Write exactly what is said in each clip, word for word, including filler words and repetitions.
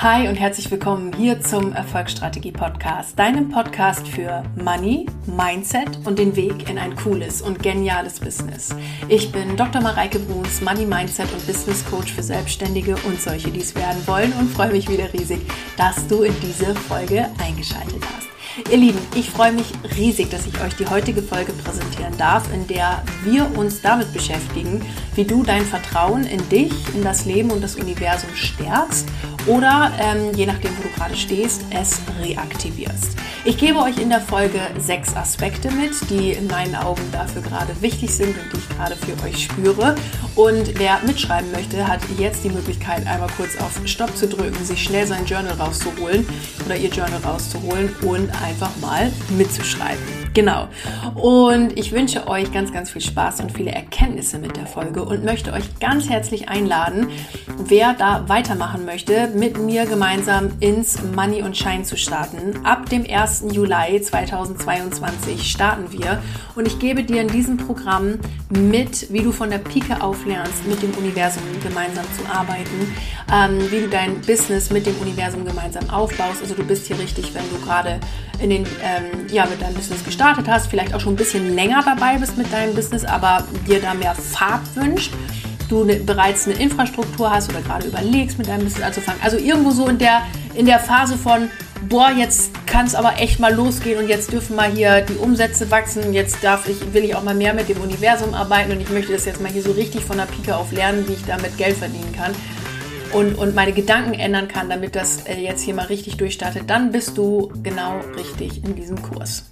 Hi und herzlich willkommen hier zum Erfolgsstrategie-Podcast, deinem Podcast für Money, Mindset und den Weg in ein cooles und geniales Business. Ich bin Doktor Mareike Bruns, Money, Mindset und Business Coach für Selbstständige und solche, die es werden wollen, und freue mich wieder riesig, dass du in diese Folge eingeschaltet hast. Ihr Lieben, ich freue mich riesig, dass ich euch die heutige Folge präsentieren darf, in der wir uns damit beschäftigen, wie du dein Vertrauen in dich, in das Leben und das Universum stärkst oder, ähm, je nachdem, wo du gerade stehst, es reaktivierst. Ich gebe euch in der Folge sechs Aspekte mit, die in meinen Augen dafür gerade wichtig sind und die ich gerade für euch spüre. Und wer mitschreiben möchte, hat jetzt die Möglichkeit, einmal kurz auf Stopp zu drücken, sich schnell sein Journal rauszuholen oder ihr Journal rauszuholen und einfach mal mitzuschreiben. Genau. Und ich wünsche euch ganz, ganz viel Spaß und viele Erkenntnisse mit der Folge und möchte euch ganz herzlich einladen, wer da weitermachen möchte, mit mir gemeinsam ins Money und Shine zu starten. Ab dem ersten Juli zweitausendzweiundzwanzig starten wir und ich gebe dir in diesem Programm mit, wie du von der Pike auf lernst, mit dem Universum gemeinsam zu arbeiten, ähm, wie du dein Business mit dem Universum gemeinsam aufbaust. Also du bist hier richtig, wenn du gerade in den, ähm, ja, mit deinem Business gestartet hast, vielleicht auch schon ein bisschen länger dabei bist mit deinem Business, aber dir da mehr Fahrt wünscht, du ne, bereits eine Infrastruktur hast oder gerade überlegst, mit deinem Business anzufangen. Also irgendwo so in der, in der Phase von, boah, jetzt kann es aber echt mal losgehen und jetzt dürfen mal hier die Umsätze wachsen, jetzt darf ich, will ich auch mal mehr mit dem Universum arbeiten und ich möchte das jetzt mal hier so richtig von der Pike auf lernen, wie ich damit Geld verdienen kann. Und, und meine Gedanken ändern kann, damit das äh, jetzt hier mal richtig durchstartet, dann bist du genau richtig in diesem Kurs.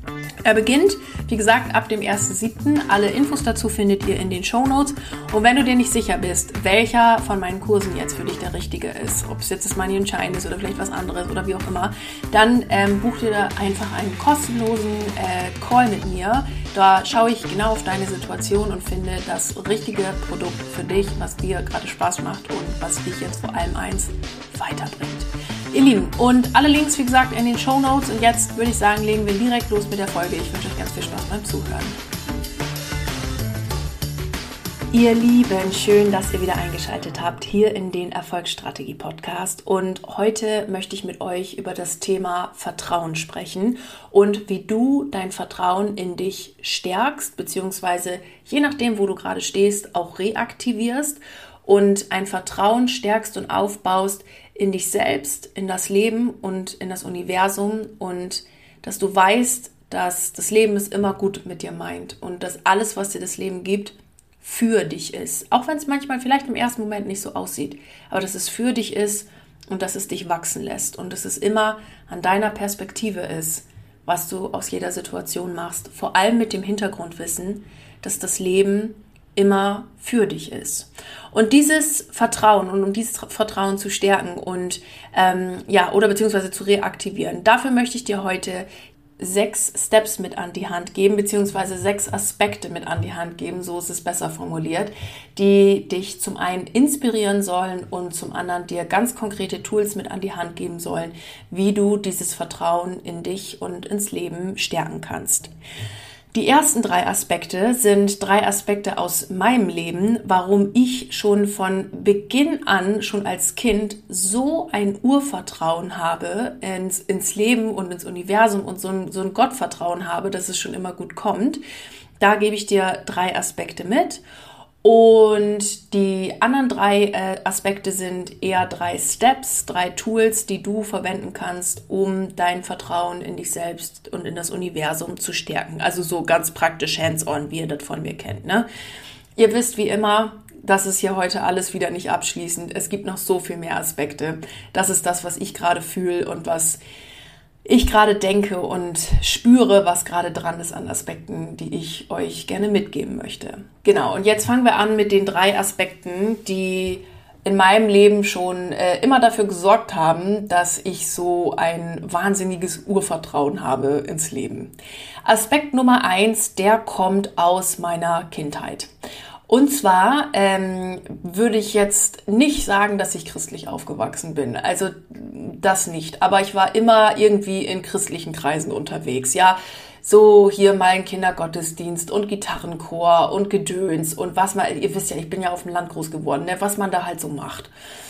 Er beginnt, wie gesagt, ab dem ersten siebten Alle Infos dazu findet ihr in den Shownotes. Und wenn du dir nicht sicher bist, welcher von meinen Kursen jetzt für dich der richtige ist, ob es jetzt das Money and Shine ist oder vielleicht was anderes oder wie auch immer, dann ähm, buch dir da einfach einen kostenlosen äh, Call mit mir. Da schaue ich genau auf deine Situation und finde das richtige Produkt für dich, was dir gerade Spaß macht und was dich jetzt vor allem eins weiterbringt. Ihr Lieben, und alle Links, wie gesagt, in den Shownotes. Und jetzt würde ich sagen, legen wir direkt los mit der Folge. Ich wünsche euch ganz viel Spaß beim Zuhören. Ihr Lieben, schön, dass ihr wieder eingeschaltet habt hier in den Erfolgsstrategie-Podcast. Und heute möchte ich mit euch über das Thema Vertrauen sprechen und wie du dein Vertrauen in dich stärkst, beziehungsweise je nachdem, wo du gerade stehst, auch reaktivierst und ein Vertrauen stärkst und aufbaust in dich selbst, in das Leben und in das Universum und dass du weißt, dass das Leben es immer gut mit dir meint und dass alles, was dir das Leben gibt, für dich ist. Auch wenn es manchmal vielleicht im ersten Moment nicht so aussieht, aber dass es für dich ist und dass es dich wachsen lässt und dass es immer an deiner Perspektive ist, was du aus jeder Situation machst. Vor allem mit dem Hintergrundwissen, dass das Leben immer für dich ist. Und dieses Vertrauen und um dieses Vertrauen zu stärken und ähm, ja, oder beziehungsweise zu reaktivieren, dafür möchte ich dir heute sechs Steps mit an die Hand geben, beziehungsweise sechs Aspekte mit an die Hand geben, so ist es besser formuliert, die dich zum einen inspirieren sollen und zum anderen dir ganz konkrete Tools mit an die Hand geben sollen, wie du dieses Vertrauen in dich und ins Leben stärken kannst. Die ersten drei Aspekte sind drei Aspekte aus meinem Leben, warum ich schon von Beginn an, schon als Kind, so ein Urvertrauen habe ins, ins Leben und ins Universum und so ein, so ein Gottvertrauen habe, dass es schon immer gut kommt. Da gebe ich dir drei Aspekte mit. Und die anderen drei äh, Aspekte sind eher drei Steps, drei Tools, die du verwenden kannst, um dein Vertrauen in dich selbst und in das Universum zu stärken. Also so ganz praktisch hands-on, wie ihr das von mir kennt, ne? Ihr wisst wie immer, das ist hier heute alles wieder nicht abschließend. Es gibt noch so viel mehr Aspekte. Das ist das, was ich gerade fühle und was ich gerade denke und spüre, was gerade dran ist an Aspekten, die ich euch gerne mitgeben möchte. Genau, und jetzt fangen wir an mit den drei Aspekten, die in meinem Leben schon äh, immer dafür gesorgt haben, dass ich so ein wahnsinniges Urvertrauen habe ins Leben. Aspekt Nummer eins, der kommt aus meiner Kindheit. Und zwar ähm, würde ich jetzt nicht sagen, dass ich christlich aufgewachsen bin. Also das nicht. Aber ich war immer irgendwie in christlichen Kreisen unterwegs. Ja, so hier mal ein Kindergottesdienst und Gitarrenchor und Gedöns und was man, ihr wisst ja, ich bin ja auf dem Land groß geworden, ne, was man da halt so macht.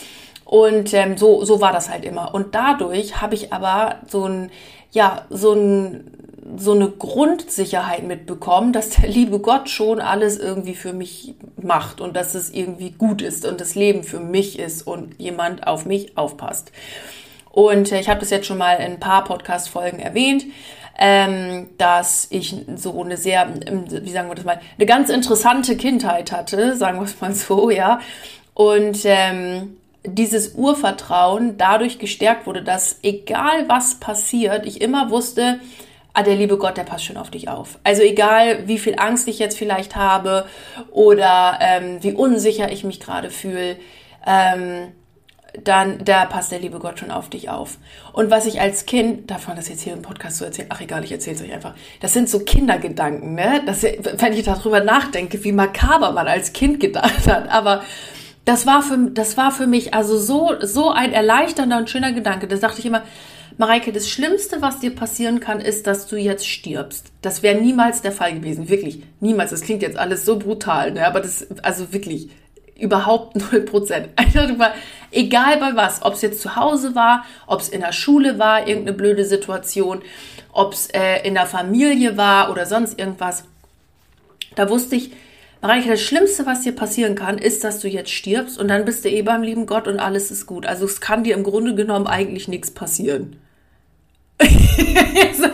Und ähm, so, so war das halt immer. Und dadurch habe ich aber so ein, ja, so ein, so eine Grundsicherheit mitbekommen, dass der liebe Gott schon alles irgendwie für mich macht und dass es irgendwie gut ist und das Leben für mich ist und jemand auf mich aufpasst. Und äh, ich habe das jetzt schon mal in ein paar Podcast-Folgen erwähnt, ähm, dass ich so eine sehr, wie sagen wir das mal, eine ganz interessante Kindheit hatte, sagen wir es mal so, ja. Und ähm, dieses Urvertrauen dadurch gestärkt wurde, dass egal was passiert, ich immer wusste, ah, der liebe Gott, der passt schon auf dich auf. Also egal, wie viel Angst ich jetzt vielleicht habe oder ähm, wie unsicher ich mich gerade fühle, ähm, dann da passt der liebe Gott schon auf dich auf. Und was ich als Kind, darf man das jetzt hier im Podcast so erzählen? Ach egal, ich erzähle es euch einfach. Das sind so Kindergedanken, ne? Das, wenn ich darüber nachdenke, wie makaber man als Kind gedacht hat. Aber das war für, das war für mich also so, so ein erleichternder und schöner Gedanke. Da dachte ich immer, Mareike, das Schlimmste, was dir passieren kann, ist, dass du jetzt stirbst. Das wäre niemals der Fall gewesen. Wirklich, niemals. Das klingt jetzt alles so brutal, ne? Aber das, also wirklich, überhaupt null Prozent. Egal bei was, ob es jetzt zu Hause war, ob es in der Schule war, irgendeine blöde Situation, ob es äh, in der Familie war oder sonst irgendwas. Da wusste ich, Mareike, das Schlimmste, was dir passieren kann, ist, dass du jetzt stirbst und dann bist du eh beim lieben Gott und alles ist gut. Also es kann dir im Grunde genommen eigentlich nichts passieren. Was für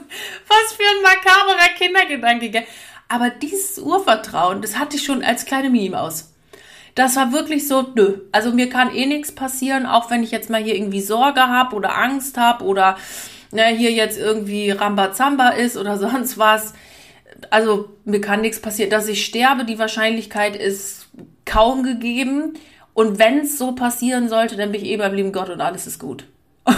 ein makaberer Kindergedanke, gell? Aber dieses Urvertrauen, das hatte ich schon als kleine Mini-Maus. Das war wirklich so, nö, also mir kann eh nichts passieren, auch wenn ich jetzt mal hier irgendwie Sorge habe oder Angst habe oder ne, hier jetzt irgendwie Rambazamba ist oder sonst was. Also mir kann nichts passieren. Dass ich sterbe, die Wahrscheinlichkeit ist kaum gegeben. Und wenn es so passieren sollte, dann bin ich eh beim lieben Gott und alles ist gut.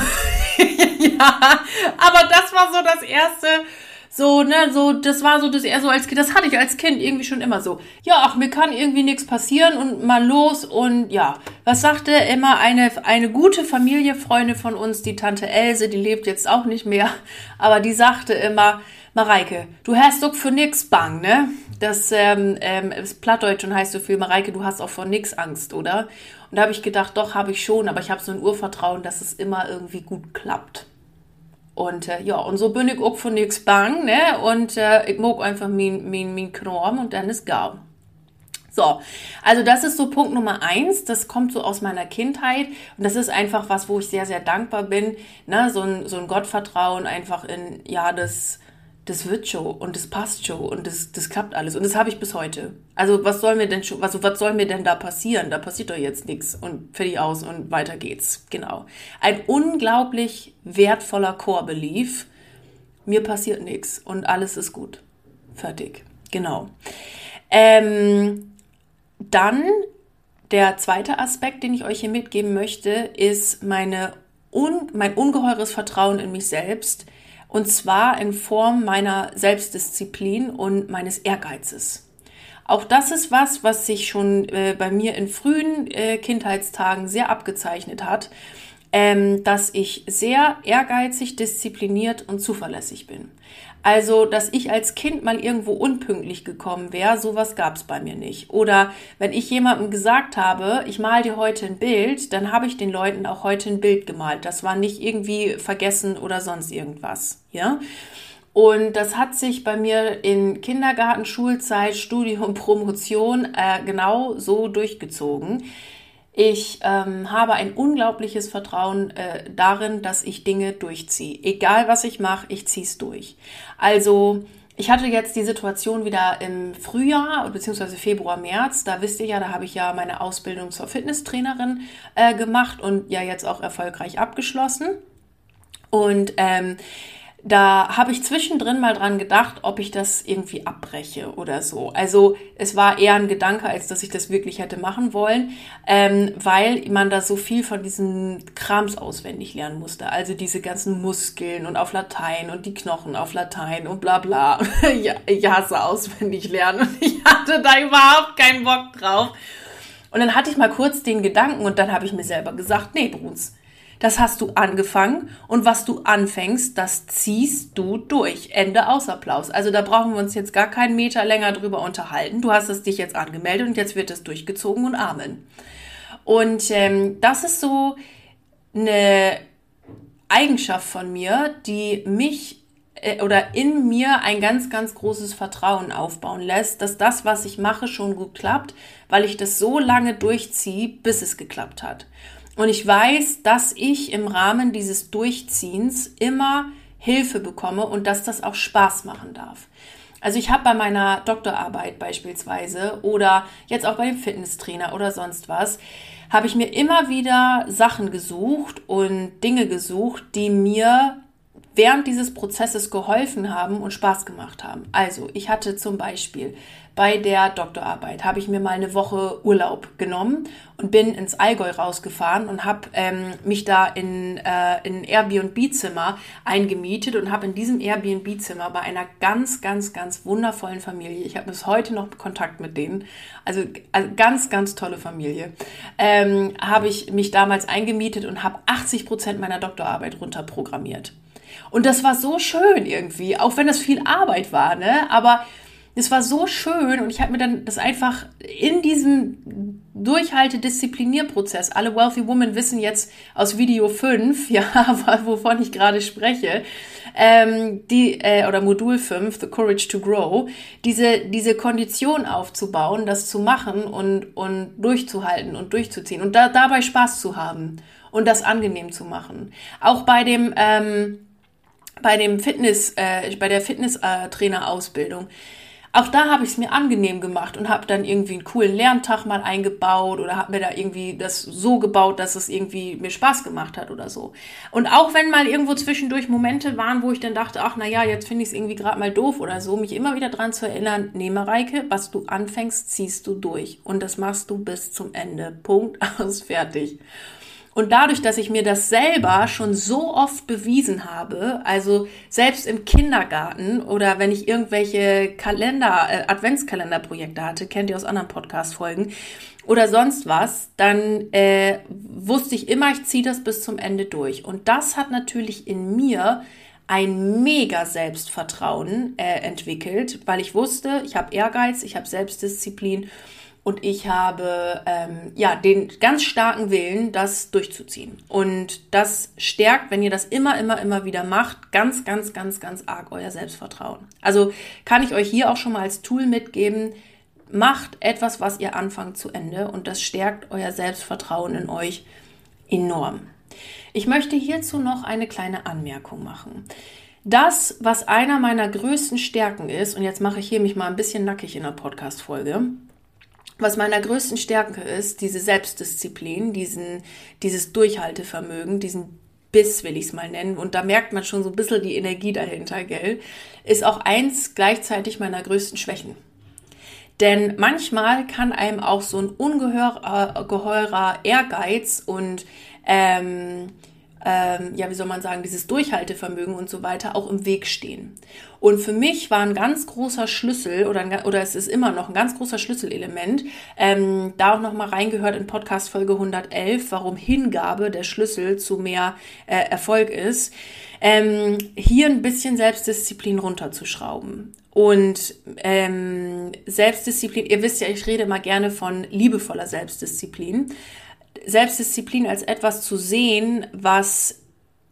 Ja, aber das war so das erste, so, ne, so, das war so das eher so als Kind, das hatte ich als Kind irgendwie schon immer so. Ja, ach, mir kann irgendwie nichts passieren und mal los und ja. Was sagte immer eine, eine gute Familienfreundin von uns, die Tante Else, die lebt jetzt auch nicht mehr, aber die sagte immer, Mareike, du hast doch für nix Bang, ne? Das ähm, ähm, ist Plattdeutsch und heißt so viel, Mareike, du hast auch vor nix Angst, oder? Und da habe ich gedacht, doch, habe ich schon, aber ich habe so ein Urvertrauen, dass es immer irgendwie gut klappt. Und äh, ja, und so bin ich auch von nix bang, ne? Und äh, ich mag einfach mein, mein, mein Knorm und dann ist gau. So, also das ist so Punkt Nummer eins, das kommt so aus meiner Kindheit und das ist einfach was, wo ich sehr, sehr dankbar bin, ne? So ein, so ein Gottvertrauen einfach in, ja, das... das wird schon und das passt schon und das, das klappt alles. Und das habe ich bis heute. Also was soll mir denn schon, also was soll mir denn da passieren? Da passiert doch jetzt nichts und fertig aus und weiter geht's. Genau. Ein unglaublich wertvoller Core-Belief. Mir passiert nichts und alles ist gut. Fertig. Genau. Ähm, dann der zweite Aspekt, den ich euch hier mitgeben möchte, ist meine un, mein ungeheures Vertrauen in mich selbst. Und zwar in Form meiner Selbstdisziplin und meines Ehrgeizes. Auch das ist was, was sich schon äh, bei mir in frühen äh, Kindheitstagen sehr abgezeichnet hat, ähm, dass ich sehr ehrgeizig, diszipliniert und zuverlässig bin. Also, dass ich als Kind mal irgendwo unpünktlich gekommen wäre, sowas gab es bei mir nicht. Oder wenn ich jemandem gesagt habe, ich male dir heute ein Bild, dann habe ich den Leuten auch heute ein Bild gemalt. Das war nicht irgendwie vergessen oder sonst irgendwas, ja. Und das hat sich bei mir in Kindergarten, Schulzeit, Studium, Promotion äh, genau so durchgezogen. Ich ähm, habe ein unglaubliches Vertrauen äh, darin, dass ich Dinge durchziehe. Egal, was ich mache, ich ziehe es durch. Also ich hatte jetzt die Situation wieder im Frühjahr, beziehungsweise Februar, März. Da wisst ihr ja, da habe ich ja meine Ausbildung zur Fitnesstrainerin äh, gemacht und ja jetzt auch erfolgreich abgeschlossen. Und ähm, da habe ich zwischendrin mal dran gedacht, ob ich das irgendwie abbreche oder so. Also es war eher ein Gedanke, als dass ich das wirklich hätte machen wollen, ähm, weil man da so viel von diesen Krams auswendig lernen musste. Also diese ganzen Muskeln und auf Latein und die Knochen auf Latein und bla bla. Ja, ich hasse auswendig lernen und ich hatte da überhaupt keinen Bock drauf. Und dann hatte ich mal kurz den Gedanken und dann habe ich mir selber gesagt, nee, Bruns, das hast du angefangen und was du anfängst, das ziehst du durch. Ende aus Applaus. Also da brauchen wir uns jetzt gar keinen Meter länger drüber unterhalten. Du hast es dich jetzt angemeldet und jetzt wird es durchgezogen und Amen. Und ähm, das ist so eine Eigenschaft von mir, die mich äh, oder in mir ein ganz, ganz großes Vertrauen aufbauen lässt, dass das, was ich mache, schon gut klappt, weil ich das so lange durchziehe, bis es geklappt hat. Und ich weiß, dass ich im Rahmen dieses Durchziehens immer Hilfe bekomme und dass das auch Spaß machen darf. Also ich habe bei meiner Doktorarbeit beispielsweise oder jetzt auch bei dem Fitnesstrainer oder sonst was, habe ich mir immer wieder Sachen gesucht und Dinge gesucht, die mir während dieses Prozesses geholfen haben und Spaß gemacht haben. Also ich hatte zum Beispiel bei der Doktorarbeit, habe ich mir mal eine Woche Urlaub genommen und bin ins Allgäu rausgefahren und habe ähm, mich da in, äh, in ein Airbnb-Zimmer eingemietet und habe in diesem Airbnb-Zimmer bei einer ganz, ganz, ganz wundervollen Familie, ich habe bis heute noch Kontakt mit denen, also, also ganz, ganz tolle Familie, ähm, habe ich mich damals eingemietet und habe achtzig Prozent meiner Doktorarbeit runterprogrammiert. Und das war so schön irgendwie, auch wenn das viel Arbeit war, ne? Aber es war so schön und ich habe mir dann das einfach in diesem Durchhalte-Disziplinierprozess, alle Wealthy Women wissen jetzt aus Video fünf, ja, wovon ich gerade spreche, ähm, die, äh, oder Modul fünf, The Courage to Grow, diese, diese Kondition aufzubauen, das zu machen und, und durchzuhalten und durchzuziehen und da, dabei Spaß zu haben und das angenehm zu machen. Auch bei dem, ähm, bei dem Fitness, äh, bei der Fitness-Trainer-Ausbildung. Auch da habe ich es mir angenehm gemacht und habe dann irgendwie einen coolen Lerntag mal eingebaut oder habe mir da irgendwie das so gebaut, dass es irgendwie mir Spaß gemacht hat oder so. Und auch wenn mal irgendwo zwischendurch Momente waren, wo ich dann dachte, ach naja, jetzt finde ich es irgendwie gerade mal doof oder so, mich immer wieder dran zu erinnern, nee Mareike, was du anfängst, ziehst du durch und das machst du bis zum Ende. Punkt, aus, fertig. Und dadurch, dass ich mir das selber schon so oft bewiesen habe, also selbst im Kindergarten oder wenn ich irgendwelche Kalender, äh, Adventskalenderprojekte hatte, kennt ihr aus anderen Podcast-Folgen, oder sonst was, dann äh, wusste ich immer, ich ziehe das bis zum Ende durch. Und das hat natürlich in mir ein mega Selbstvertrauen äh, entwickelt, weil ich wusste, ich habe Ehrgeiz, ich habe Selbstdisziplin und ich habe ähm, ja den ganz starken Willen, das durchzuziehen. Und das stärkt, wenn ihr das immer, immer, immer wieder macht, ganz, ganz, ganz, ganz arg euer Selbstvertrauen. Also kann ich euch hier auch schon mal als Tool mitgeben, macht etwas, was ihr anfangt zu Ende und das stärkt euer Selbstvertrauen in euch enorm. Ich möchte hierzu noch eine kleine Anmerkung machen. Das, was einer meiner größten Stärken ist, und jetzt mache ich hier mich mal ein bisschen nackig in der Podcast-Folge, was meiner größten Stärke ist, diese Selbstdisziplin, diesen, dieses Durchhaltevermögen, diesen Biss will ich es mal nennen, und da merkt man schon so ein bisschen die Energie dahinter, gell, ist auch eins gleichzeitig meiner größten Schwächen. Denn manchmal kann einem auch so ein ungeheurer Ehrgeiz und ähm, ähm, ja, wie soll man sagen, dieses Durchhaltevermögen und so weiter auch im Weg stehen. Und für mich war ein ganz großer Schlüssel oder, ein, oder es ist immer noch ein ganz großer Schlüsselelement, ähm, da auch nochmal reingehört in Podcast Folge hundertelf, warum Hingabe der Schlüssel zu mehr äh, Erfolg ist, ähm, hier ein bisschen Selbstdisziplin runterzuschrauben. Und ähm, Selbstdisziplin, ihr wisst ja, ich rede immer gerne von liebevoller Selbstdisziplin. Selbstdisziplin als etwas zu sehen, was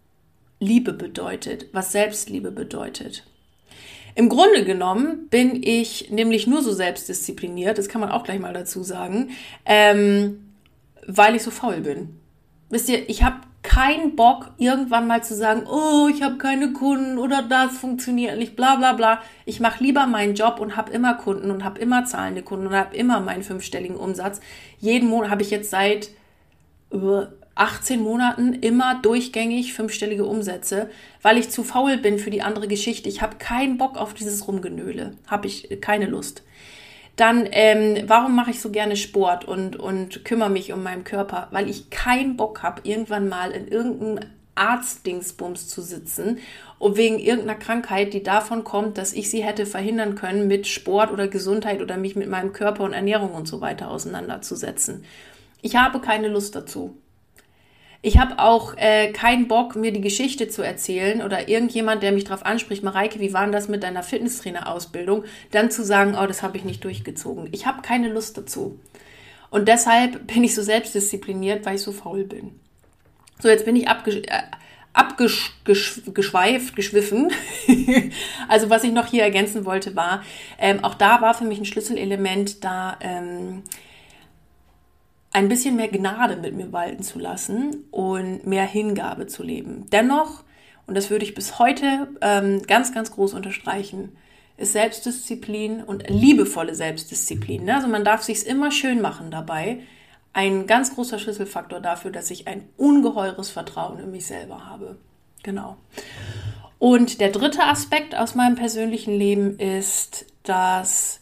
Liebe bedeutet, was Selbstliebe bedeutet. Im Grunde genommen bin ich nämlich nur so selbstdiszipliniert, das kann man auch gleich mal dazu sagen, ähm, weil ich so faul bin. Wisst ihr, ich habe keinen Bock, irgendwann mal zu sagen, oh, ich habe keine Kunden oder das funktioniert nicht, bla bla bla. Ich mache lieber meinen Job und habe immer Kunden und habe immer zahlende Kunden und habe immer meinen fünfstelligen Umsatz. Jeden Monat habe ich jetzt seit achtzehn Monaten immer durchgängig fünfstellige Umsätze, weil ich zu faul bin für die andere Geschichte. Ich habe keinen Bock auf dieses Rumgenöle, habe ich keine Lust. Dann, ähm, warum mache ich so gerne Sport und, und kümmere mich um meinen Körper? Weil ich keinen Bock habe, irgendwann mal in irgendeinem Arztdingsbums zu sitzen und wegen irgendeiner Krankheit, die davon kommt, dass ich sie hätte verhindern können mit Sport oder Gesundheit oder mich mit meinem Körper und Ernährung und so weiter auseinanderzusetzen. Ich habe keine Lust dazu. Ich habe auch äh, keinen Bock, mir die Geschichte zu erzählen oder irgendjemand, der mich darauf anspricht, Mareike, wie war denn das mit deiner Fitnesstrainer-Ausbildung, dann zu sagen, oh, das habe ich nicht durchgezogen. Ich habe keine Lust dazu. Und deshalb bin ich so selbstdiszipliniert, weil ich so faul bin. So, jetzt bin ich abge- äh, abgeschweift, geschwiffen. Also was ich noch hier ergänzen wollte war, ähm, auch da war für mich ein Schlüsselelement, da ähm, ein bisschen mehr Gnade mit mir walten zu lassen und mehr Hingabe zu leben. Dennoch, und das würde ich bis heute ähm, ganz, ganz groß unterstreichen, ist Selbstdisziplin und liebevolle Selbstdisziplin. Ne? Also man darf sich's immer schön machen dabei. Ein ganz großer Schlüsselfaktor dafür, dass ich ein ungeheures Vertrauen in mich selber habe. Genau. Und der dritte Aspekt aus meinem persönlichen Leben ist, dass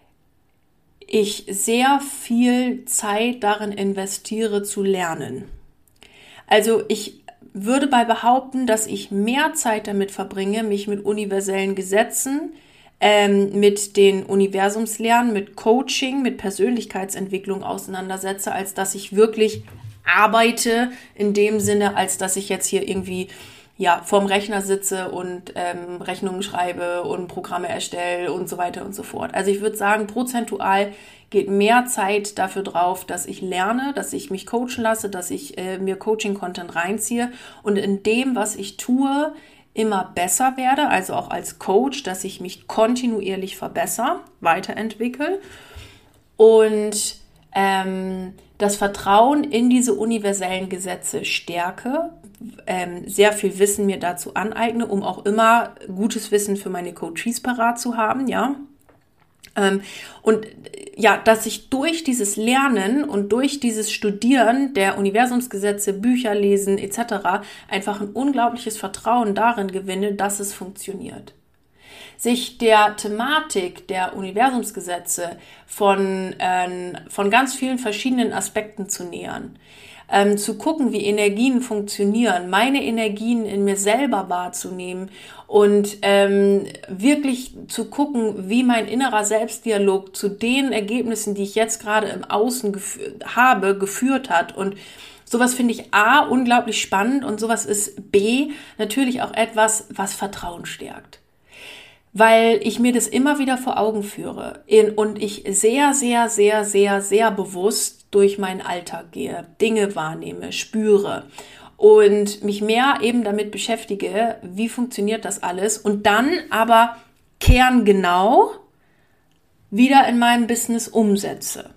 ich sehr viel Zeit darin investiere, zu lernen. Also ich würde bei behaupten, dass ich mehr Zeit damit verbringe, mich mit universellen Gesetzen, ähm, mit den Universumslernen, mit Coaching, mit Persönlichkeitsentwicklung auseinandersetze, als dass ich wirklich arbeite in dem Sinne, als dass ich jetzt hier irgendwie ja, vorm Rechner sitze und ähm, Rechnungen schreibe und Programme erstelle und so weiter und so fort. Also ich würde sagen, prozentual geht mehr Zeit dafür drauf, dass ich lerne, dass ich mich coachen lasse, dass ich äh, mir Coaching-Content reinziehe und in dem, was ich tue, immer besser werde, also auch als Coach, dass ich mich kontinuierlich verbessere, weiterentwickle und ähm, das Vertrauen in diese universellen Gesetze stärke, ähm, sehr viel Wissen mir dazu aneigne, um auch immer gutes Wissen für meine Coaches parat zu haben, ja. Ähm, und ja, dass ich durch dieses Lernen und durch dieses Studieren der Universumsgesetze, Bücher lesen et cetera einfach ein unglaubliches Vertrauen darin gewinne, dass es funktioniert. Sich der Thematik der Universumsgesetze von, äh, von ganz vielen verschiedenen Aspekten zu nähern, ähm, zu gucken, wie Energien funktionieren, meine Energien in mir selber wahrzunehmen und ähm, wirklich zu gucken, wie mein innerer Selbstdialog zu den Ergebnissen, die ich jetzt gerade im Außen gef- habe, geführt hat. Und sowas finde ich A, unglaublich spannend und sowas ist B, natürlich auch etwas, was Vertrauen stärkt. Weil ich mir das immer wieder vor Augen führe und ich sehr, sehr, sehr, sehr, sehr bewusst durch meinen Alltag gehe, Dinge wahrnehme, spüre und mich mehr eben damit beschäftige, wie funktioniert das alles und dann aber kerngenau wieder in meinem Business umsetze.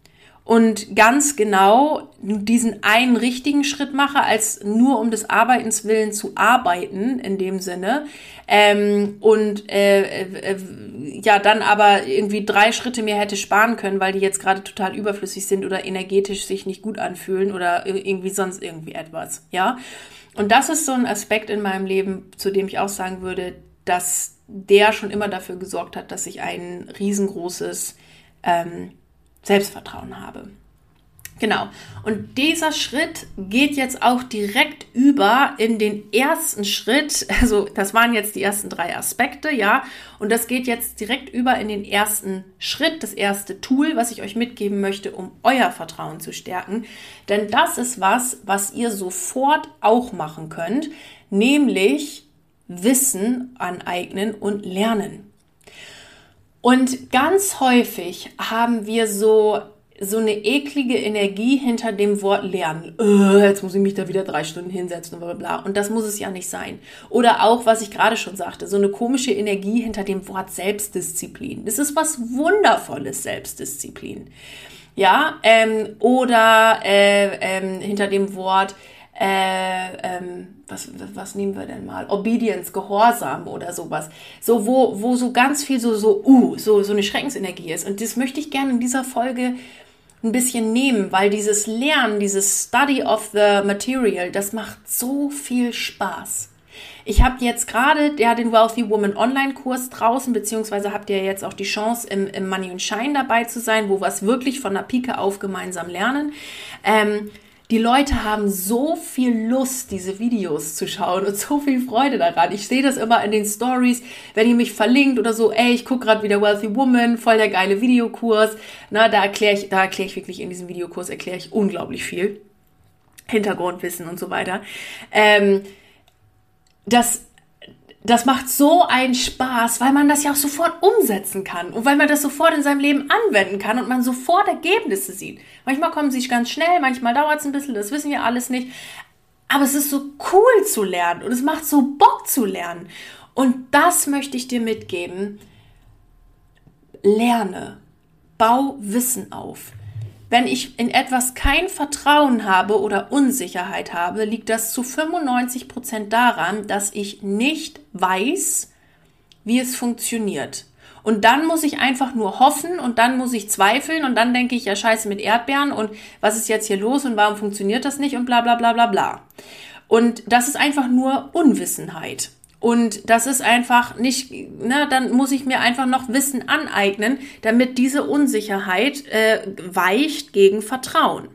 Und ganz genau diesen einen richtigen Schritt mache, als nur um des Arbeitens willen zu arbeiten, in dem Sinne. Ähm, und äh, äh, ja, dann aber irgendwie drei Schritte mehr hätte sparen können, weil die jetzt gerade total überflüssig sind oder energetisch sich nicht gut anfühlen oder irgendwie sonst irgendwie etwas, ja. Und das ist so ein Aspekt in meinem Leben, zu dem ich auch sagen würde, dass der schon immer dafür gesorgt hat, dass ich ein riesengroßes ähm, Selbstvertrauen habe. Genau. Und dieser Schritt geht jetzt auch direkt über in den ersten Schritt. Also das waren jetzt die ersten drei Aspekte, ja. Und das geht jetzt direkt über in den ersten Schritt, das erste Tool, was ich euch mitgeben möchte, um euer Vertrauen zu stärken. Denn das ist was, was ihr sofort auch machen könnt, nämlich Wissen aneignen und lernen. Und ganz häufig haben wir so, so eine eklige Energie hinter dem Wort lernen. Äh, jetzt muss ich mich da wieder drei Stunden hinsetzen und bla bla bla. Und das muss es ja nicht sein. Oder auch, was ich gerade schon sagte, so eine komische Energie hinter dem Wort Selbstdisziplin. Das ist was Wundervolles, Selbstdisziplin. Ja, ähm, oder äh, ähm, hinter dem Wort Äh, ähm, was, was nehmen wir denn mal? Obedience, Gehorsam oder sowas. So, wo, wo so ganz viel so, so, uh, so, so eine Schreckensenergie ist. Und das möchte ich gerne in dieser Folge ein bisschen nehmen, weil dieses Lernen, dieses Study of the Material, das macht so viel Spaß. Ich habe jetzt gerade ja, den Wealthy Woman Online-Kurs draußen, beziehungsweise habt ihr jetzt auch die Chance, im, im Money and Shine dabei zu sein, wo wir es wirklich von der Pike auf gemeinsam lernen. Ähm, Die Leute haben so viel Lust, diese Videos zu schauen und so viel Freude daran. Ich sehe das immer in den Stories, wenn ihr mich verlinkt oder so, ey, ich gucke gerade wieder Wealthy Woman, voll der geile Videokurs. Na, da erkläre ich, da erkläre ich wirklich in diesem Videokurs, erkläre ich unglaublich viel. Hintergrundwissen und so weiter. Ähm, das das macht so einen Spaß, weil man das ja auch sofort umsetzen kann und weil man das sofort in seinem Leben anwenden kann und man sofort Ergebnisse sieht. Manchmal kommen sie ganz schnell, manchmal dauert es ein bisschen, das wissen wir alles nicht. Aber es ist so cool zu lernen und es macht so Bock zu lernen. Und das möchte ich dir mitgeben. Lerne, bau Wissen auf. Wenn ich in etwas kein Vertrauen habe oder Unsicherheit habe, liegt das zu fünfundneunzig Prozent daran, dass ich nicht weiß, wie es funktioniert. Und dann muss ich einfach nur hoffen und dann muss ich zweifeln und dann denke ich, ja scheiße mit Erdbeeren und was ist jetzt hier los und warum funktioniert das nicht und bla bla bla bla bla. Und das ist einfach nur Unwissenheit. Und das ist einfach nicht, ne, dann muss ich mir einfach noch Wissen aneignen, damit diese Unsicherheit äh, weicht gegen Vertrauen.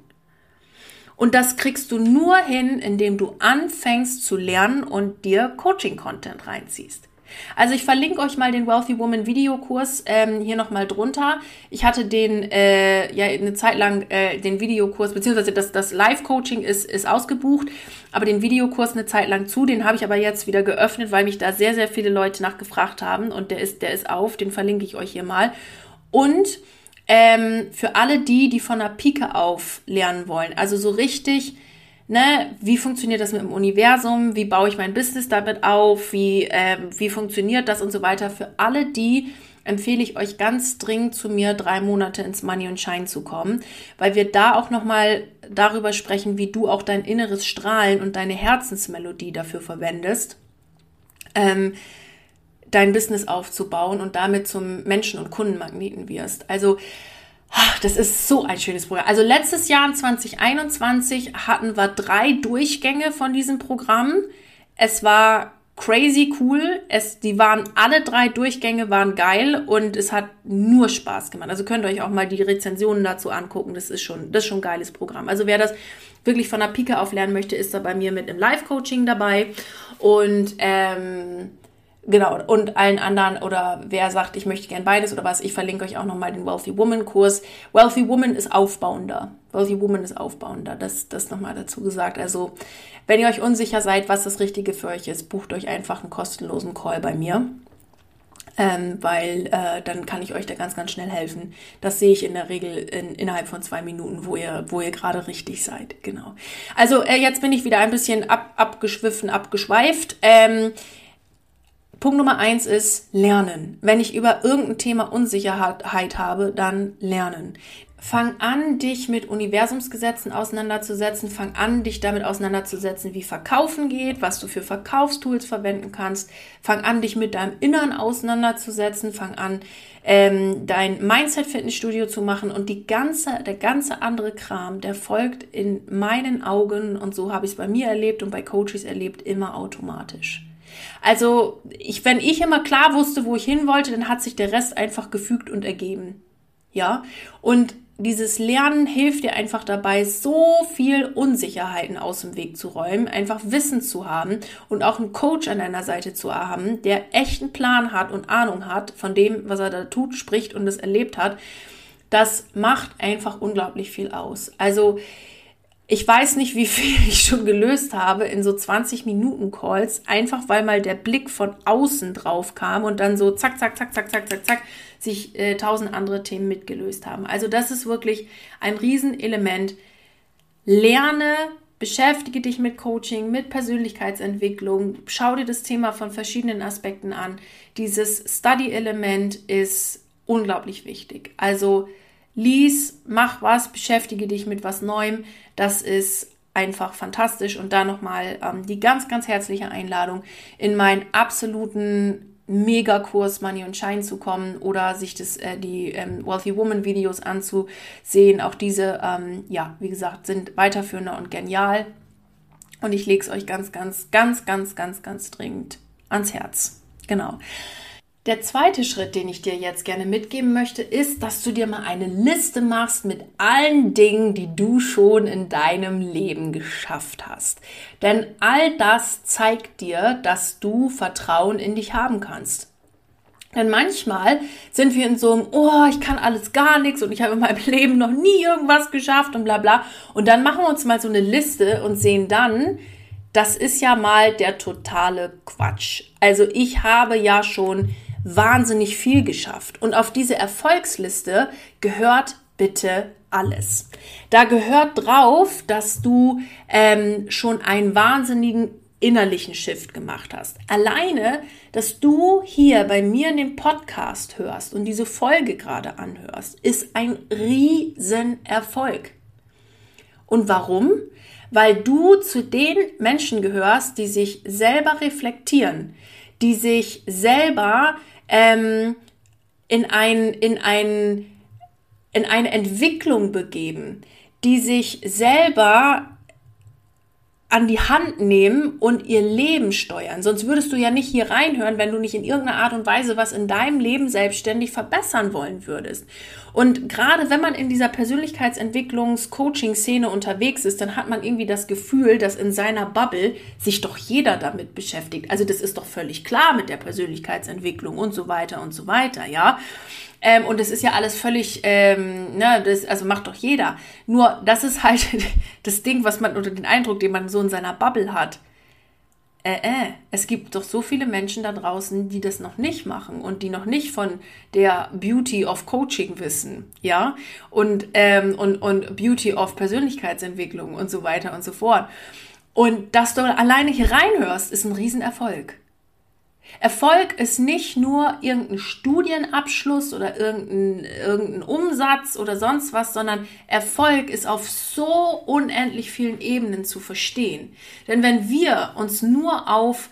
Und das kriegst du nur hin, indem du anfängst zu lernen und dir Coaching-Content reinziehst. Also ich verlinke euch mal den Wealthy Woman Videokurs ähm, hier nochmal drunter. Ich hatte den äh, ja eine Zeit lang äh, den Videokurs, beziehungsweise das, das Live-Coaching ist, ist ausgebucht, aber den Videokurs eine Zeit lang zu, den habe ich aber jetzt wieder geöffnet, weil mich da sehr, sehr viele Leute nachgefragt haben und der ist, der ist auf, den verlinke ich euch hier mal. Und ähm, für alle die, die von der Pike auf lernen wollen, also so richtig, ne, wie funktioniert das mit dem Universum, wie baue ich mein Business damit auf, wie, äh, wie funktioniert das und so weiter. Für alle die empfehle ich euch ganz dringend zu mir drei Monate ins Money und Shine zu kommen, weil wir da auch nochmal darüber sprechen, wie du auch dein inneres Strahlen und deine Herzensmelodie dafür verwendest, ähm, dein Business aufzubauen und damit zum Menschen- und Kundenmagneten wirst. Also ach, das ist so ein schönes Programm. Also letztes Jahr, zwanzig einundzwanzig, hatten wir drei Durchgänge von diesem Programm. Es war crazy cool. Es, die waren, alle drei Durchgänge waren geil und es hat nur Spaß gemacht. Also könnt ihr euch auch mal die Rezensionen dazu angucken. Das ist schon, das ist schon ein geiles Programm. Also wer das wirklich von der Pike auf lernen möchte, ist da bei mir mit einem Live-Coaching dabei. Und, ähm, Genau, und allen anderen oder wer sagt, ich möchte gern beides oder was, ich verlinke euch auch nochmal den Wealthy Woman Kurs. Wealthy Woman ist aufbauender. Wealthy Woman ist aufbauender, das, das nochmal dazu gesagt. Also, wenn ihr euch unsicher seid, was das Richtige für euch ist, bucht euch einfach einen kostenlosen Call bei mir, ähm, weil äh, dann kann ich euch da ganz, ganz schnell helfen. Das sehe ich in der Regel in, innerhalb von zwei Minuten, wo ihr, wo ihr gerade richtig seid. Genau. Also, äh, jetzt bin ich wieder ein bisschen ab, abgeschwiffen, abgeschweift. Ähm, Punkt Nummer eins ist Lernen. Wenn ich über irgendein Thema Unsicherheit habe, dann lernen. Fang an, dich mit Universumsgesetzen auseinanderzusetzen. Fang an, dich damit auseinanderzusetzen, wie Verkaufen geht, was du für Verkaufstools verwenden kannst. Fang an, dich mit deinem Innern auseinanderzusetzen. Fang an, ähm, dein Mindset-Fitnessstudio zu machen. Und die ganze, der ganze andere Kram, der folgt in meinen Augen, und so habe ich es bei mir erlebt und bei Coaches erlebt, immer automatisch. Also, ich, wenn ich immer klar wusste, wo ich hin wollte, dann hat sich der Rest einfach gefügt und ergeben. Ja, und dieses Lernen hilft dir einfach dabei, so viel Unsicherheiten aus dem Weg zu räumen, einfach Wissen zu haben und auch einen Coach an deiner Seite zu haben, der echt einen Plan hat und Ahnung hat von dem, was er da tut, spricht und es erlebt hat. Das macht einfach unglaublich viel aus. Also, ich weiß nicht, wie viel ich schon gelöst habe in so zwanzig Minuten Calls, einfach weil mal der Blick von außen drauf kam und dann so zack, zack, zack, zack, zack, zack, zack, sich äh, tausend andere Themen mitgelöst haben. Also das ist wirklich ein Riesenelement. Lerne, beschäftige dich mit Coaching, mit Persönlichkeitsentwicklung, schau dir das Thema von verschiedenen Aspekten an. Dieses Study-Element ist unglaublich wichtig. Also lies, mach was, beschäftige dich mit was Neuem. Das ist einfach fantastisch. Und da nochmal ähm, die ganz, ganz herzliche Einladung, in meinen absoluten Megakurs Money und Shine zu kommen oder sich das, äh, die ähm, Wealthy Woman Videos anzusehen. Auch diese, ähm, ja, wie gesagt, sind weiterführender und genial. Und ich lege es euch ganz, ganz, ganz, ganz, ganz, ganz dringend ans Herz. Genau. Der zweite Schritt, den ich dir jetzt gerne mitgeben möchte, ist, dass du dir mal eine Liste machst mit allen Dingen, die du schon in deinem Leben geschafft hast. Denn all das zeigt dir, dass du Vertrauen in dich haben kannst. Denn manchmal sind wir in so einem, oh, ich kann alles gar nichts und ich habe in meinem Leben noch nie irgendwas geschafft und bla bla. Und dann machen wir uns mal so eine Liste und sehen dann, das ist ja mal der totale Quatsch. Also ich habe ja schon wahnsinnig viel geschafft. Und auf diese Erfolgsliste gehört bitte alles. Da gehört drauf, dass du ähm, schon einen wahnsinnigen innerlichen Shift gemacht hast. Alleine, dass du hier bei mir in dem Podcast hörst und diese Folge gerade anhörst, ist ein Riesenerfolg. Und warum? Weil du zu den Menschen gehörst, die sich selber reflektieren, die sich selber ähm, in ein, in ein, in eine Entwicklung begeben, die sich selber an die Hand nehmen und ihr Leben steuern. Sonst würdest du ja nicht hier reinhören, wenn du nicht in irgendeiner Art und Weise was in deinem Leben selbstständig verbessern wollen würdest. Und gerade wenn man in dieser Persönlichkeitsentwicklungs-Coaching-Szene unterwegs ist, dann hat man irgendwie das Gefühl, dass in seiner Bubble sich doch jeder damit beschäftigt. Also das ist doch völlig klar mit der Persönlichkeitsentwicklung und so weiter und so weiter, ja. Ähm, und es ist ja alles völlig, ähm, ne, das, also macht doch jeder. Nur das ist halt das Ding, was man, oder den Eindruck, den man so in seiner Bubble hat. Äh, äh, es gibt doch so viele Menschen da draußen, die das noch nicht machen und die noch nicht von der Beauty of Coaching wissen, ja, und, ähm, und, und Beauty of Persönlichkeitsentwicklung und so weiter und so fort. Und dass du alleine hier reinhörst, ist ein Riesenerfolg. Erfolg ist nicht nur irgendein Studienabschluss oder irgendein, irgendein Umsatz oder sonst was, sondern Erfolg ist auf so unendlich vielen Ebenen zu verstehen. Denn wenn wir uns nur auf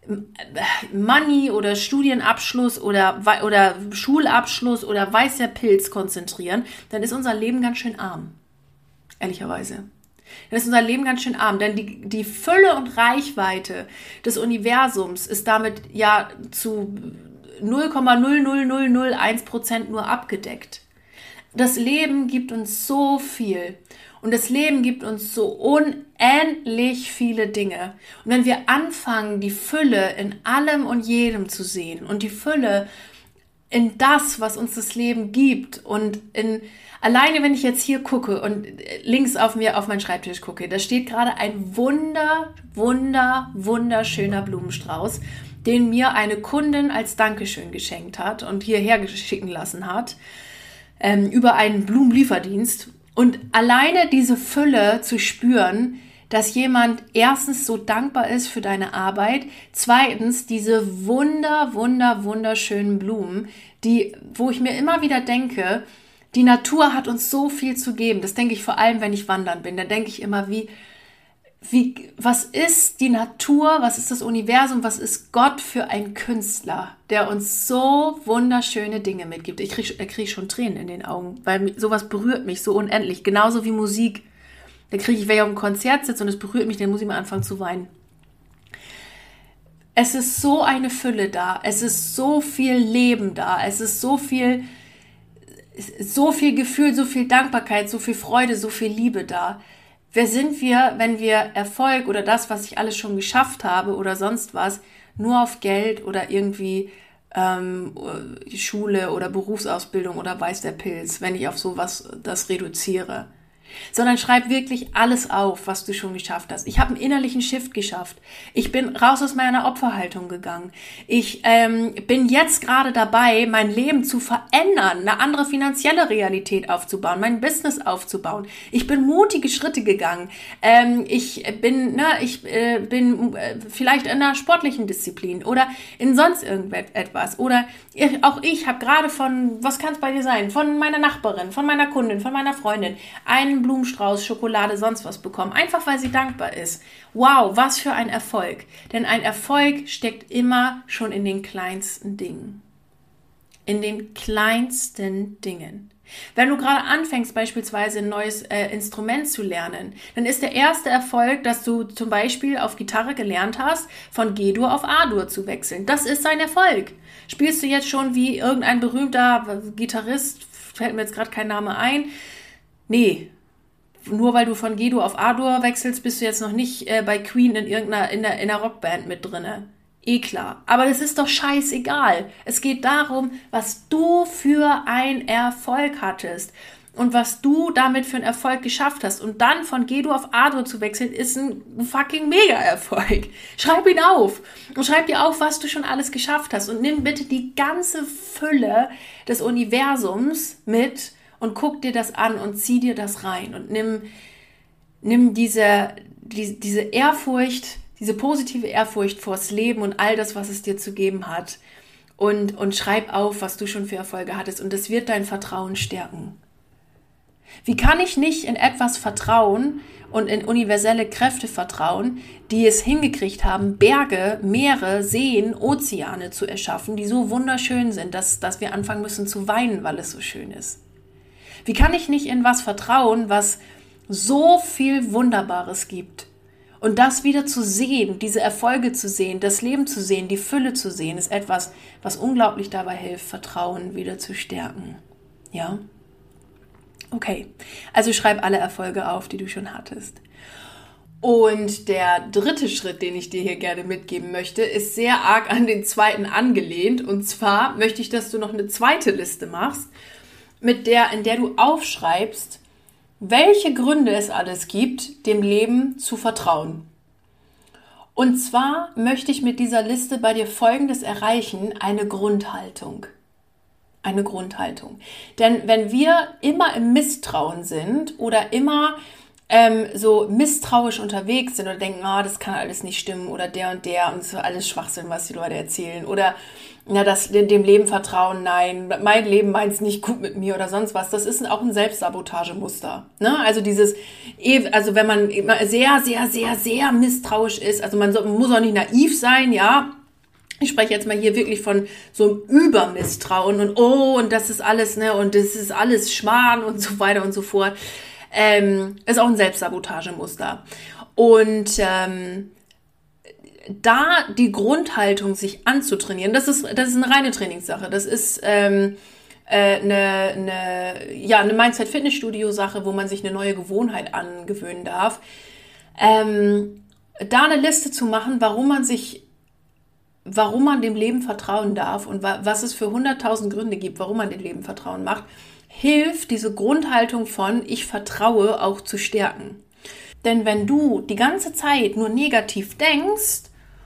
Money oder Studienabschluss oder, oder Schulabschluss oder weißer Pilz konzentrieren, dann ist unser Leben ganz schön arm. Ehrlicherweise. Dann ist unser Leben ganz schön arm, denn die, die Fülle und Reichweite des Universums ist damit ja zu null Komma null null null null eins Prozent nur abgedeckt. Das Leben gibt uns so viel und das Leben gibt uns so unendlich viele Dinge. Und wenn wir anfangen, die Fülle in allem und jedem zu sehen und die Fülle in das, was uns das Leben gibt und in alleine, wenn ich jetzt hier gucke und links auf mir auf meinen Schreibtisch gucke, da steht gerade ein wunder, wunder, wunderschöner Blumenstrauß, den mir eine Kundin als Dankeschön geschenkt hat und hierher schicken lassen hat, ähm, über einen Blumenlieferdienst. Und alleine diese Fülle zu spüren, dass jemand erstens so dankbar ist für deine Arbeit, zweitens diese wunder, wunder, wunderschönen Blumen, die, wo ich mir immer wieder denke, die Natur hat uns so viel zu geben. Das denke ich vor allem, wenn ich wandern bin. Da denke ich immer, wie, wie, was ist die Natur, was ist das Universum, was ist Gott für ein Künstler, der uns so wunderschöne Dinge mitgibt. Ich kriege krieg schon Tränen in den Augen, weil sowas berührt mich so unendlich. Genauso wie Musik. Da kriege ich, wenn ich auf einem Konzert sitze und es berührt mich, dann muss ich mal anfangen zu weinen. Es ist so eine Fülle da. Es ist so viel Leben da. Es ist so viel... so viel Gefühl, so viel Dankbarkeit, so viel Freude, so viel Liebe da. Wer sind wir, wenn wir Erfolg oder das, was ich alles schon geschafft habe oder sonst was, nur auf Geld oder irgendwie ähm, Schule oder Berufsausbildung oder weiß der Pilz, wenn ich auf sowas das reduziere? Sondern schreib wirklich alles auf, was du schon geschafft hast. Ich habe einen innerlichen Shift geschafft. Ich bin raus aus meiner Opferhaltung gegangen. Ich ähm, bin jetzt gerade dabei, mein Leben zu verändern, eine andere finanzielle Realität aufzubauen, mein Business aufzubauen. Ich bin mutige Schritte gegangen. Ähm, ich bin, ne, ich äh, bin äh, vielleicht in einer sportlichen Disziplin oder in sonst irgendetwas. Oder ich, auch ich habe gerade von, was kann es bei dir sein, von meiner Nachbarin, von meiner Kundin, von meiner Freundin, einen Blumenstrauß, Schokolade, sonst was bekommen. Einfach, weil sie dankbar ist. Wow, was für ein Erfolg. Denn ein Erfolg steckt immer schon in den kleinsten Dingen. In den kleinsten Dingen. Wenn du gerade anfängst, beispielsweise ein neues äh, Instrument zu lernen, dann ist der erste Erfolg, dass du zum Beispiel auf Gitarre gelernt hast, von G-Dur auf A-Dur zu wechseln. Das ist ein Erfolg. Spielst du jetzt schon wie irgendein berühmter Gitarrist, fällt mir jetzt gerade kein Name ein, nee, nur weil du von G-Dur auf A-Dur wechselst, bist du jetzt noch nicht äh, bei Queen in irgendeiner in der, in der Rockband mit drinne. Eh klar. Aber das ist doch scheißegal. Es geht darum, was du für ein Erfolg hattest. und was du damit für einen Erfolg geschafft hast. Und dann von Gedo auf Ado zu wechseln, ist ein fucking Mega-Erfolg. Schreib ihn auf und schreib dir auf, was du schon alles geschafft hast. Und nimm bitte die ganze Fülle des Universums mit und guck dir das an und zieh dir das rein. Und nimm, nimm diese, die, diese Ehrfurcht, diese positive Ehrfurcht vors Leben und all das, was es dir zu geben hat. Und, und schreib auf, was du schon für Erfolge hattest. Und das wird dein Vertrauen stärken. Wie kann ich nicht in etwas vertrauen und in universelle Kräfte vertrauen, die es hingekriegt haben, Berge, Meere, Seen, Ozeane zu erschaffen, die so wunderschön sind, dass, dass wir anfangen müssen zu weinen, weil es so schön ist? Wie kann ich nicht in was vertrauen, was so viel Wunderbares gibt? Und das wieder zu sehen, diese Erfolge zu sehen, das Leben zu sehen, die Fülle zu sehen, ist etwas, was unglaublich dabei hilft, Vertrauen wieder zu stärken. Ja? Okay, also schreib alle Erfolge auf, die du schon hattest. Und der dritte Schritt, den ich dir hier gerne mitgeben möchte, ist sehr arg an den zweiten angelehnt. Und zwar möchte ich, dass du noch eine zweite Liste machst, mit der, in der du aufschreibst, welche Gründe es alles gibt, dem Leben zu vertrauen. Und zwar möchte ich mit dieser Liste bei dir Folgendes erreichen: eine Grundhaltung. Eine Grundhaltung. Denn wenn wir immer im Misstrauen sind oder immer ähm, so misstrauisch unterwegs sind oder denken, ah, das kann alles nicht stimmen oder der und der und es ist alles Schwachsinn, was die Leute erzählen oder na, das, dem Leben vertrauen, nein, mein Leben meint es nicht gut mit mir oder sonst was, das ist auch ein Selbstsabotagemuster. Ne? Also dieses, also wenn man sehr, sehr, sehr, sehr misstrauisch ist, also man muss auch nicht naiv sein, ja. Ich spreche jetzt mal hier wirklich von so einem Übermisstrauen und oh, und das ist alles, ne, und das ist alles Schmarrn und so weiter und so fort. Ähm, ist auch ein Selbstsabotagemuster. Und ähm, da die Grundhaltung sich anzutrainieren, das ist, das ist eine reine Trainingssache. Das ist ähm, äh, eine, eine, ja, eine Mindset-Fitnessstudio-Sache, wo man sich eine neue Gewohnheit angewöhnen darf. Ähm, da eine Liste zu machen, warum man sich warum man dem Leben vertrauen darf und wa- was es für hunderttausend Gründe gibt, warum man dem Leben Vertrauen macht, hilft diese Grundhaltung von ich vertraue auch zu stärken. Denn wenn du die ganze Zeit nur negativ denkst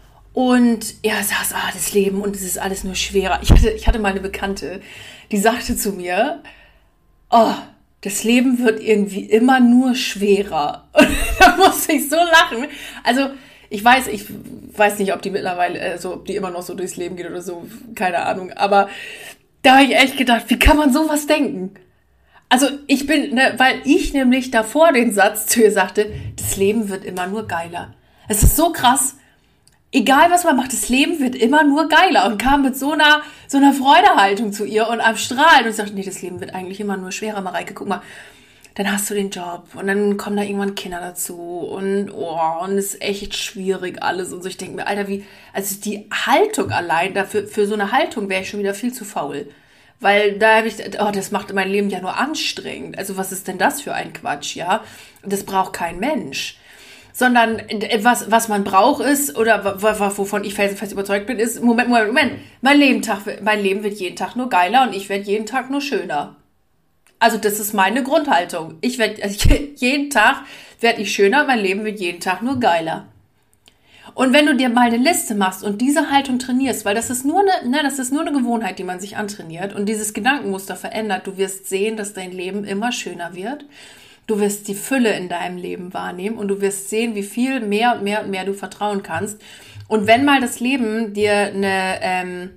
und ja, sagst, ah, das Leben und es ist alles nur schwerer. Ich hatte, ich hatte mal eine Bekannte, die sagte zu mir, oh, das Leben wird irgendwie immer nur schwerer. Und da musste ich so lachen. Also ich weiß, ich weiß nicht, ob die mittlerweile, also ob die immer noch so durchs Leben geht oder so, keine Ahnung. Aber da habe ich echt gedacht, wie kann man sowas denken? Also ich bin, ne, weil ich nämlich davor den Satz zu ihr sagte, das Leben wird immer nur geiler. Es ist so krass. Egal was man macht, das Leben wird immer nur geiler. Und kam mit so einer, so einer Freudehaltung zu ihr und am Strahlen und sagte, nee, das Leben wird eigentlich immer nur schwerer, Mareike, guck mal. Dann hast du den Job und dann kommen da irgendwann Kinder dazu und oh, und es ist echt schwierig alles und so. Ich denke mir, Alter, wie, also die Haltung allein, dafür, für so eine Haltung wäre ich schon wieder viel zu faul. Weil da habe ich, oh, das macht mein Leben ja nur anstrengend. Also was ist denn das für ein Quatsch, ja? Das braucht kein Mensch. Sondern was, was man braucht ist, oder wovon ich fest überzeugt bin, ist, Moment, Moment, Moment, mein Leben, Tag, mein Leben wird jeden Tag nur geiler und ich werde jeden Tag nur schöner. Also das ist meine Grundhaltung. Ich werde also jeden Tag werde ich schöner, mein Leben wird jeden Tag nur geiler. Und wenn du dir mal eine Liste machst und diese Haltung trainierst, weil das ist nur eine, ne, das ist nur eine Gewohnheit, die man sich antrainiert und dieses Gedankenmuster verändert, du wirst sehen, dass dein Leben immer schöner wird. Du wirst die Fülle in deinem Leben wahrnehmen und du wirst sehen, wie viel mehr und mehr und mehr du vertrauen kannst. Und wenn mal das Leben dir eine ähm,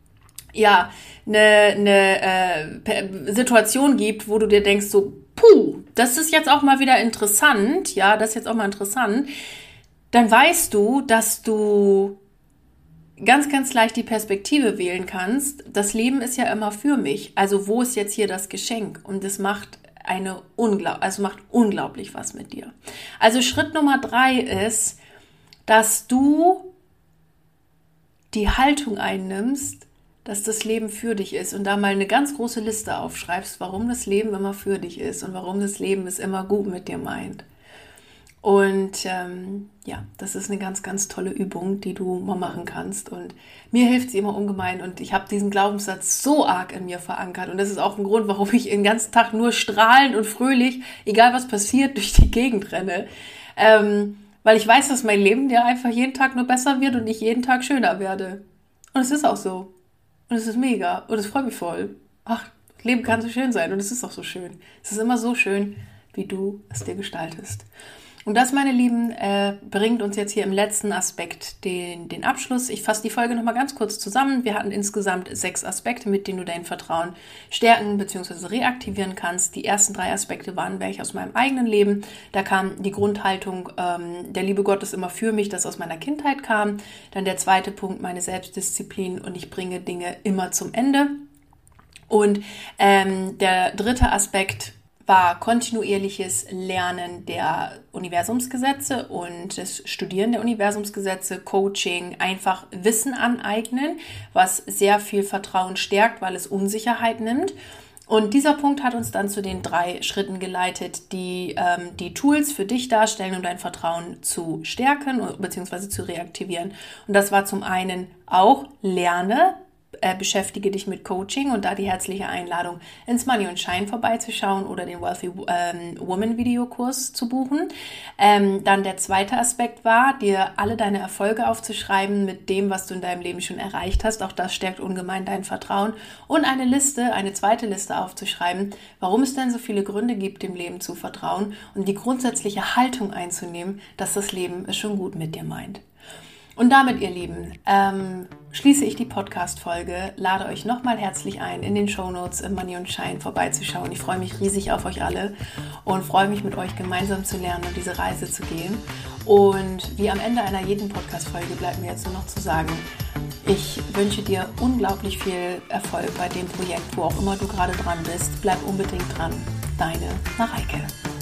ja, eine, eine äh, Situation gibt, wo du dir denkst so, puh, das ist jetzt auch mal wieder interessant, ja, das ist jetzt auch mal interessant, dann weißt du, dass du ganz, ganz leicht die Perspektive wählen kannst. Das Leben ist ja immer für mich. Also wo ist jetzt hier das Geschenk? Und das macht eine unglaublich, also macht unglaublich was mit dir. Also Schritt Nummer drei ist, dass du die Haltung einnimmst, dass das Leben für dich ist und da mal eine ganz große Liste aufschreibst, warum das Leben immer für dich ist und warum das Leben es immer gut mit dir meint. Und ähm, ja, das ist eine ganz, ganz tolle Übung, die du mal machen kannst. Und mir hilft sie immer ungemein. Und ich habe diesen Glaubenssatz so arg in mir verankert. Und das ist auch ein Grund, warum ich den ganzen Tag nur strahlend und fröhlich, egal was passiert, durch die Gegend renne. Ähm, weil ich weiß, dass mein Leben ja einfach jeden Tag nur besser wird und ich jeden Tag schöner werde. Und es ist auch so. Und es ist mega. Und es freut mich voll. Ach, das Leben kann so schön sein. Und es ist auch so schön. Es ist immer so schön, wie du es dir gestaltest. Und das, meine Lieben, äh, bringt uns jetzt hier im letzten Aspekt den, den Abschluss. Ich fasse die Folge nochmal ganz kurz zusammen. Wir hatten insgesamt sechs Aspekte, mit denen du dein Vertrauen stärken bzw. reaktivieren kannst. Die ersten drei Aspekte waren welche aus meinem eigenen Leben. Da kam die Grundhaltung, ähm, der liebe Gott ist immer für mich, das aus meiner Kindheit kam. Dann der zweite Punkt, meine Selbstdisziplin und ich bringe Dinge immer zum Ende. Und ähm, der dritte Aspekt war kontinuierliches Lernen der Universumsgesetze und das Studieren der Universumsgesetze, Coaching, einfach Wissen aneignen, was sehr viel Vertrauen stärkt, weil es Unsicherheit nimmt. Und dieser Punkt hat uns dann zu den drei Schritten geleitet, die ähm, die Tools für dich darstellen, um dein Vertrauen zu stärken bzw. zu reaktivieren. Und das war zum einen auch Lerne, Äh, beschäftige dich mit Coaching und da die herzliche Einladung, ins Money und Shine vorbeizuschauen oder den Wealthy ähm, Woman Videokurs zu buchen. Ähm, dann der zweite Aspekt war, dir alle deine Erfolge aufzuschreiben mit dem, was du in deinem Leben schon erreicht hast. Auch das stärkt ungemein dein Vertrauen. Und eine Liste, eine zweite Liste aufzuschreiben, warum es denn so viele Gründe gibt, dem Leben zu vertrauen und die grundsätzliche Haltung einzunehmen, dass das Leben es schon gut mit dir meint. Und damit, ihr Lieben, ähm, schließe ich die Podcast-Folge, lade euch nochmal herzlich ein, in den Shownotes im Money und Shine vorbeizuschauen. Ich freue mich riesig auf euch alle und freue mich, mit euch gemeinsam zu lernen und diese Reise zu gehen. Und wie am Ende einer jeden Podcast-Folge bleibt mir jetzt nur noch zu sagen, ich wünsche dir unglaublich viel Erfolg bei dem Projekt, wo auch immer du gerade dran bist. Bleib unbedingt dran. Deine Mareike.